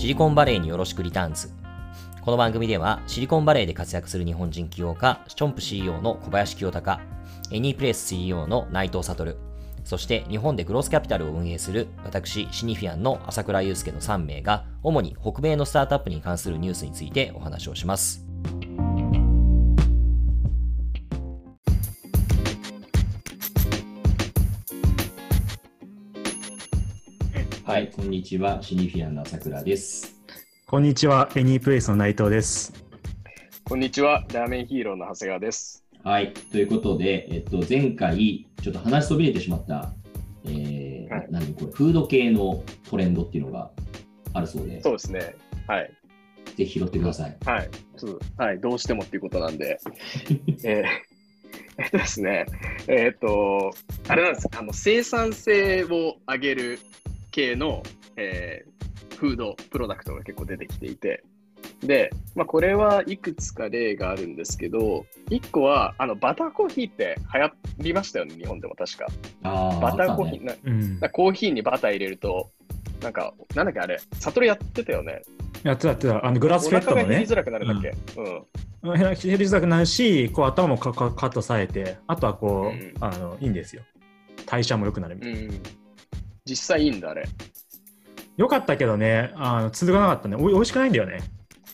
シリコンバレーによろしくリターンズ。この番組ではシリコンバレーで活躍する日本人起業家、ションプ CEO の小林清隆、エニープレイス CEO の内藤悟、そして日本でグロースキャピタルを運営する私シニフィアンの朝倉祐介の3名が主に北米のスタートアップに関するニュースについてお話をします。はい、こんにちは。シニフィアンの朝倉です。 こんにちは。エニープレイスの内藤です。 こんにちは。ラーメンヒーローの長谷川です。 はい、ということで、前回ちょっと話しそびれてしまった、何これフード系のトレンドっていうのがあるそうで。 そうですね。はい。 ぜひ拾ってください。 はい。はい、どうしてもっていうことなんで。ですね。あれなんです。生産性を上げる系の、フードプロダクトが結構出てきていて、で、これはいくつか例があるんですけど、1個はバターコーヒーって流行りましたよね、日本でも確か。バターコーヒー、コーヒーにバター入れると、なんだっけあれ、悟やってたよね。 やってた。グラスフェットのね。 お腹が減りづらくなるんだっけ。 減りづらくなるし、こう頭もカットされて、あとはこう、いいんですよ。代謝も良くなるみたいな。 実際いいんだ、あれ。 よかったけどね、続かなかったね。おいしくないんだよね。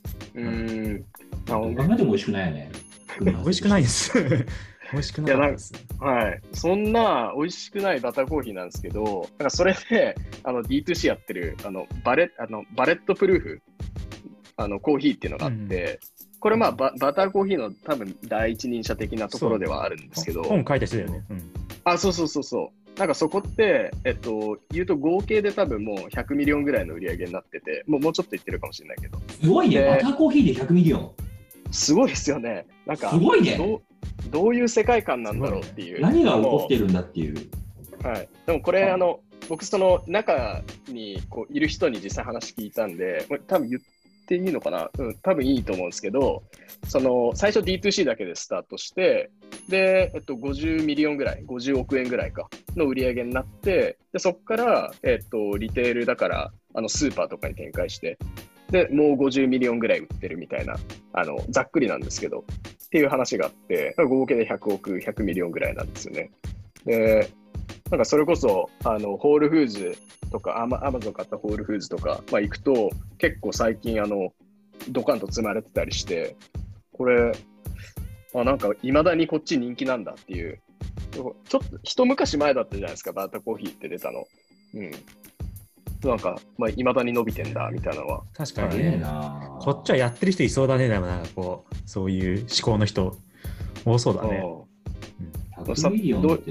考えても美味しくないよね。 美味しくないです。美味しくなかったです。 はい。そんな美味しくないバターコーヒーなんですけど、なんかそれでD2C やってるバレットプルーフコーヒーっていうのがあって、これバターコーヒーの多分第一人者的なところではあるんですけど。 本書いた人だよね。 そう。なんかそこって、言うと合計で多分もう100ミリオンぐらいの売り上げになってて、もうちょっといってるかもしれないけど。 すごいね、バターコーヒーで100ミリオン。 すごいですよね。なんか、 すごいね。 どういう世界観なんだろうっていう。 何が起こってるんだっていう。 はい。でもこれ、僕その中にこういる人に実際話聞いたんで、多分言っていいのかな、多分いいと思うんですけど、最初 D2C だけでスタートして、で、50ミリオンぐらい、50億円ぐらいかの売り上げになって、でそこから、リテールだから、スーパーとかに展開して、で、もう50ミリオンぐらい売ってるみたいな、ざっくりなんですけど、っていう話があって、合計で100億、100ミリオンぐらいなんですよね。で、なんかそれこそ、ホールフーズとか、アマゾン買ったホールフーズとか、行くと、結構最近、ドカンと積まれてたりして、これ、なんか、未だにこっち人気なんだっていう、ちょっと一昔前だったじゃないですか、バターコーヒーって出たの。なんか、未だに伸びてんだみたいなのは。 確かにね。こっちはやってる人いそうだね、でもなんかこう、そういう思考の人、多そうだね。 100ミリオンって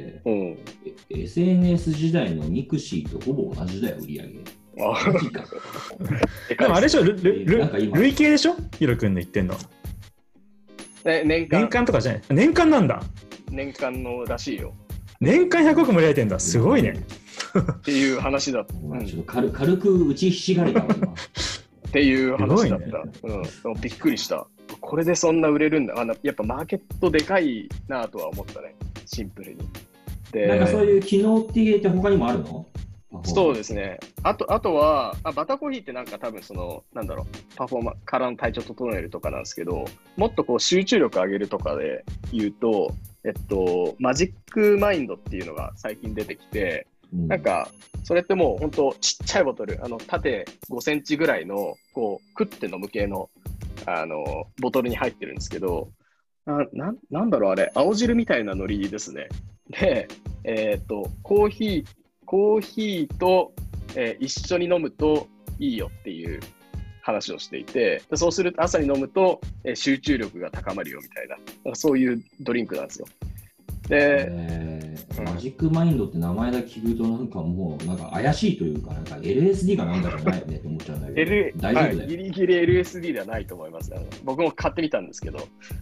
、SNS 時代のミクシーとほぼ同じだよ、売り上げ。 でもあれでしょ、累計でしょヒロ君の言ってんの。年間とかじゃない。年間なんだ。 年間のらしいよ。 年間100億も売り上げてんだ。すごいね。 っていう話だった。 ちょっと軽く打ちひしがれたわ、今。 っていう話だった。びっくりした。これでそんな売れるんだ。やっぱマーケットでかいなとは思ったね。シンプルに。 で、なんかそういう機能って他にもあるの？ そうですね。あとはバターコーヒーってなんか多分パフォーマンス、体の体調整えるとかなんですけど、もっとこう集中力上げるとかで言うと、マジックマインドっていうのが最近出てきて、なんか、それってもう本当ちっちゃいボトル、縦5センチぐらいの、こう、クッて飲む系の、ボトルに入ってるんですけど、なんだろうあれ、青汁みたいなノリですね。で、コーヒーと、一緒に飲むといいよっていう話をしていて、でそうすると朝に飲むと、集中力が高まるよみたいな、なんかそういうドリンクなんですよ。で、 マジックマインドって名前だけ聞くとなんかもうなんか怪しいというか、なんか LSD かなんだじゃないよねって思っちゃうんだけど、大丈夫だよ。 ギリギリ LSD ではないと思います。僕も買ってみたんですけど、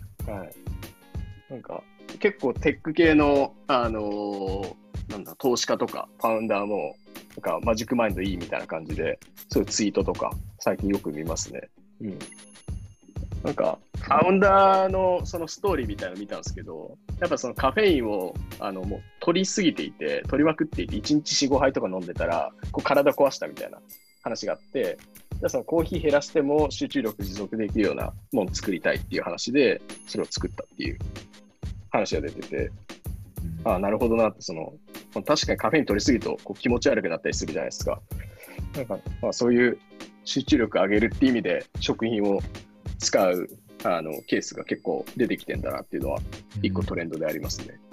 なんか結構テック系の、投資家とかファウンダーもなんかマジックマインドいいみたいな感じで、そういうツイートとか最近よく見ますね。なんかファウンダーのそのストーリーみたいなの見たんですけど、やっぱそのカフェインをもう取りすぎていて、取りまくっていて、1日4、5杯とか飲んでたらこう体壊したみたいな話があって、 そのコーヒー減らしても集中力持続できるようなものを作りたいっていう話で、それを作ったっていう話が出てて、ああ、なるほどなって、確かにカフェイン取りすぎるとこう気持ち悪くなったりするじゃないですか。なんか、そういう集中力上げるっていう意味で食品を使うケースが結構出てきてんだなっていうのは一個トレンドでありますね。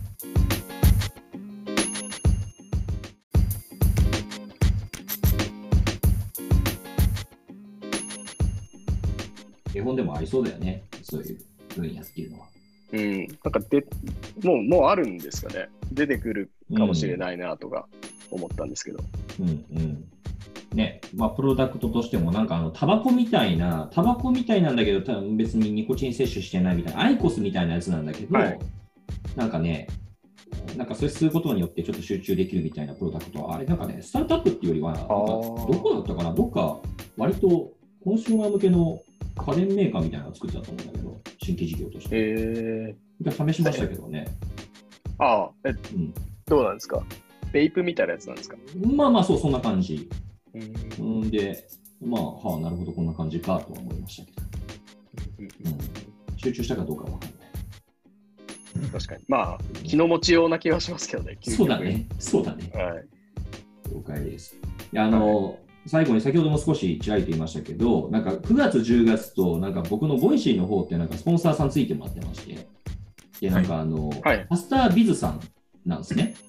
日本でもありそうだよね、そういう分野っていうのは。 なんかもうあるんですかね。出てくるかもしれないなとか思ったんですけど。 ね、プロダクトとしてもなんかタバコみたいなんだけど、多分別にニコチン摂取してないみたいな、アイコスみたいなやつなんだけど、なんかね、なんかそれ吸うことによってちょっと集中できるみたいなプロダクトは、あれなんかね、スタートアップっていうよりは、どこだったかな、どっか割とコンシューマー向けの家電メーカーみたいなのを作ってたと思うんだけど、新規事業として。試しましたけどね。 どうなんですか？ベイプみたいなやつなんですか？ そう、そんな感じ。で、なるほど、こんな感じかとは思いましたけど。集中したかどうかは分かんない。 確かに。気の持ちような気がしますけどね。 そうだね。はい。了解です。最後に先ほども少しちらりと言いましたけど、なんか9月、10月と、なんか僕のボイシーの方ってなんかスポンサーさんついてもらってまして、で、なんかパスタービズさんなんですね。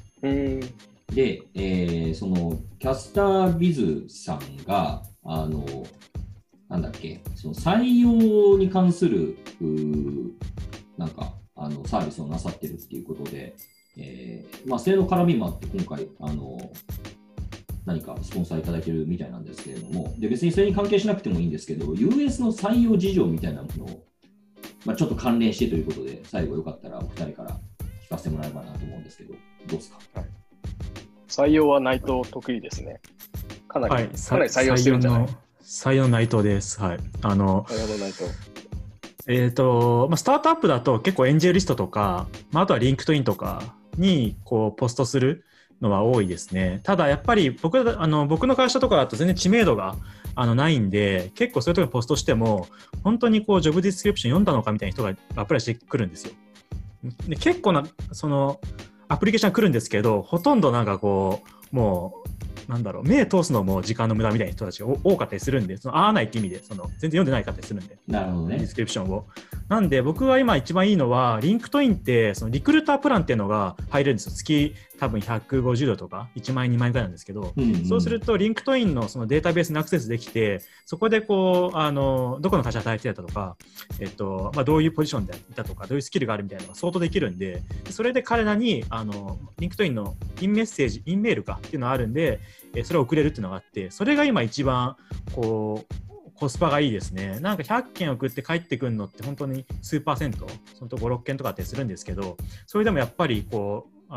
で、そのキャスタービズさんが、なんだっけ、その採用に関する、なんか、サービスをなさってるっていうことで、性の絡みもあって、今回、何かスポンサーいただけるみたいなんですけれども、で別にそれに関係しなくてもいいんですけど、US の採用事情みたいなものを、ちょっと関連してということで、最後よかったらお二人から聞かせてもらえばなと思うんですけど、どうですか？ 採用は内藤得意ですね。かなり採用してるんじゃない？ 採用内藤です。はい。 採用の内藤。 スタートアップだと結構エンジェルリストとか、あとはリンクトインとかにこうポストするのは多いですね。ただやっぱり僕の会社とかだと全然知名度がないんで、結構そういうところにポストしても本当にこうジョブディスクリプション読んだのかみたいな人がアプライしてくるんですよ。で結構なそのアプリケーションが来るんですけど、ほとんどなんかこうもう目通すのも時間の無駄みたいな人たちが多かったりするんで、合わないって意味で全然読んでないかったりするんで、 なるほどね、 ディスクリプションを。なんで僕は今一番いいのは、リンクトインってそのリクルータープランっていうのが入れるんですよ。月多分150ドルとか1万円2万円くらいなんですけど、そうするとリンクトインのそのデータベースにアクセスできて、そこでこうどこの会社で働いてたとか、どういうポジションでいたとか、どういうスキルがあるみたいなのが相当できるんで、それで彼らにリンクトインのインメールかっていうのがあるんで、それを送れるっていうのがあって、それが今一番こうコスパがいいですね。なんか100件送って帰ってくるのって本当に数パーセント、そのと5、6件とかってするんですけど、それでもやっぱりこう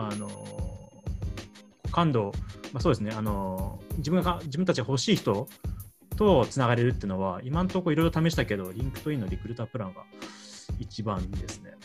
感度、そうですね、自分たちが欲しい人とつながれるっていうのは、今のところいろいろ試したけど、リンクトインのリクルータープランが一番ですね。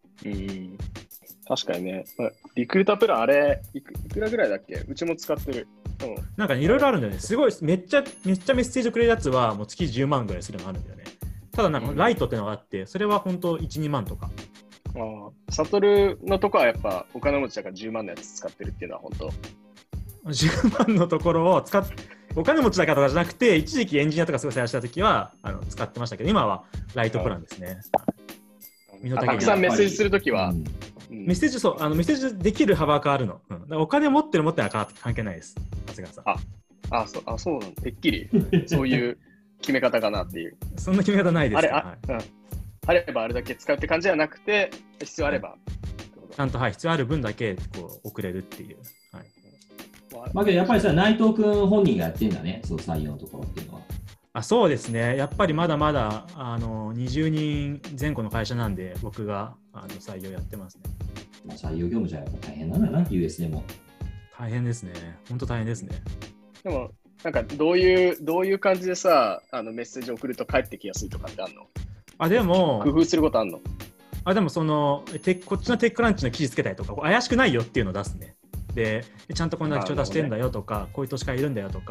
確かにね、リクルータープランあれいくらぐらいだっけ？うちも使ってる。 なんかいろいろあるんだよね。すごいめっちゃメッセージをくれるやつはもう月10万ぐらいするのがあるんだよね。ただなんかライトっていうのがあって、それは本当1、2万とか。 サトルのとこはやっぱお金持ちだから10万のやつ使ってるっていうのは本当。 10万のところをお金持ちだからとかじゃなくて、一時期エンジニアとかすごい探したときは使ってましたけど、今はライトプランですね。 たくさんメッセージするときは、 メッセージできる幅が変わるの。だからお金持ってる持ってないは関係ないです。長谷川さん。 そうなの。てっきりそういう決め方かなっていう。 そんな決め方ないですか？ あればあれだけ使うって感じじゃなくて、必要あれば。 ちゃんと必要ある分だけこう送れるっていう。 けどやっぱりさ、内藤君本人がやってんだね、そう採用のところっていうのは。 そうですね。やっぱりまだまだ20人前後の会社なんで、僕が採用やってますね。 採用業務じゃやっぱ大変なんだな、US でも。 大変ですね。本当大変ですね。 でもなんかどういう感じでさ、メッセージ送ると返ってきやすいとかってあるの？ でも工夫することあるの？ でもこっちのテッククランチの記事つけたりとか、怪しくないよっていうのを出すね。でちゃんとこんな口調出してんだよとか、こういう投資家いるんだよとか、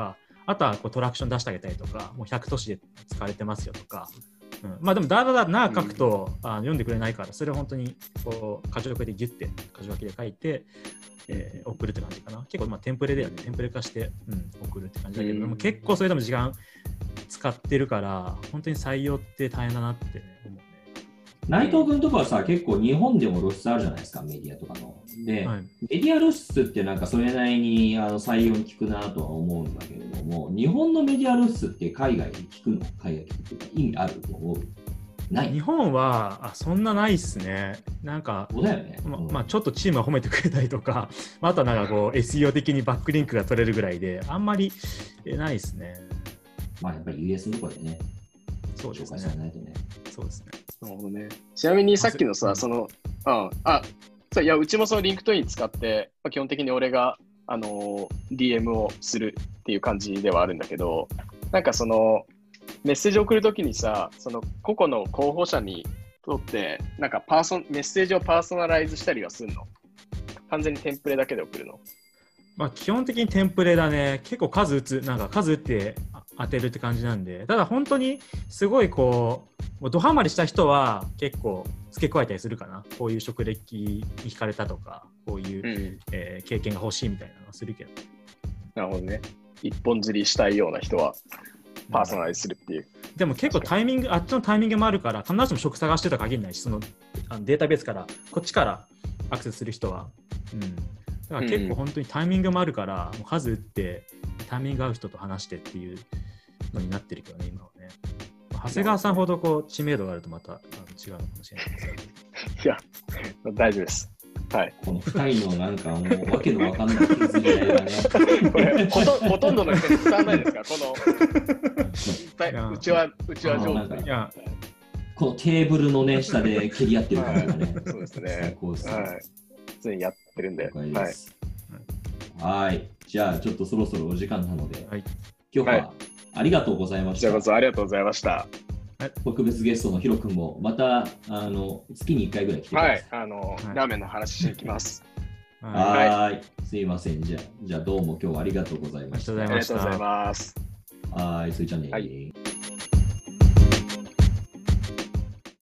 あとはこうトラクション出してあげたりとか、もう100都市で使われてますよとか、まあでもだら長く書くと、読んでくれないから、それを本当にこう箇条書きでギュッて箇条書きで書いて、送るって感じかな。結構まあテンプレだよね。テンプレ化して、送るって感じだけど、でも結構それでも時間使ってるから、本当に採用って大変だなって思うね。 内藤君とかはさ、結構日本でも露出あるじゃないですか、メディアとかの。で、メディア露出ってなんかそれなりに採用に効くなとは思うんだけれども、日本のメディア露出って海外で効くの？海外で効くって意味あると思う？ない。 日本はそんなないっすね。なんか、 そうだよね。 まあちょっとチームが褒めてくれたりとか、あとはなんかこう SEO 的にバックリンクが取れるぐらいで、あんまりないっすね。 まあやっぱり US のところでね、 そうですね。 紹介されないとね。 そうですね。 なるほどね。ちなみにさっきのさ、いや、うちもそのリンクトイン使って、基本的に俺が、DM をするっていう感じではあるんだけど、なんかその、メッセージを送るときにさ、その個々の候補者にとって、なんかメッセージをパーソナライズしたりはするの？完全にテンプレだけで送るの？ まあ基本的にテンプレだね。結構数打って当てるって感じなんで、ただ本当にすごいこう、もうドハマりした人は結構付け加えたりするかな。こういう職歴に惹かれたとか、こういう、経験が欲しいみたいなのはするけど。 なるほどね。一本釣りしたいような人はパーソナライズするっていう。 でも結構あっちのタイミングもあるから、必ずしも職探してたら限らないし、そのデータベースからこっちからアクセスする人は。だから結構本当にタイミングもあるから、もう数打ってタイミング合う人と話してっていうのになってるけどね、今はね。長谷川さんほどこう知名度があるとまた違うのかもしれないですいや、大丈夫です。はい。 この2人のなんかもうわけのわかんない削り合いがね。 これほとんどの人に伝わらないですか？うちは上手に。 このテーブルのね、下で蹴り合ってる感じがね。 そうですね。 最高ですね。 はい。普通にやってるんで。 はい。じゃあ、ちょっとそろそろお時間なので、 はい、 今日はありがとうございました。 こちらこそありがとうございました。 特別ゲストのヒロ君もまた月に1回ぐらい来てください。 ラーメンの話しに来ます。 はい。すいません。じゃあどうも今日はありがとうございました。 ありがとうございました。 ありがとうございます。 はい。それじゃあね。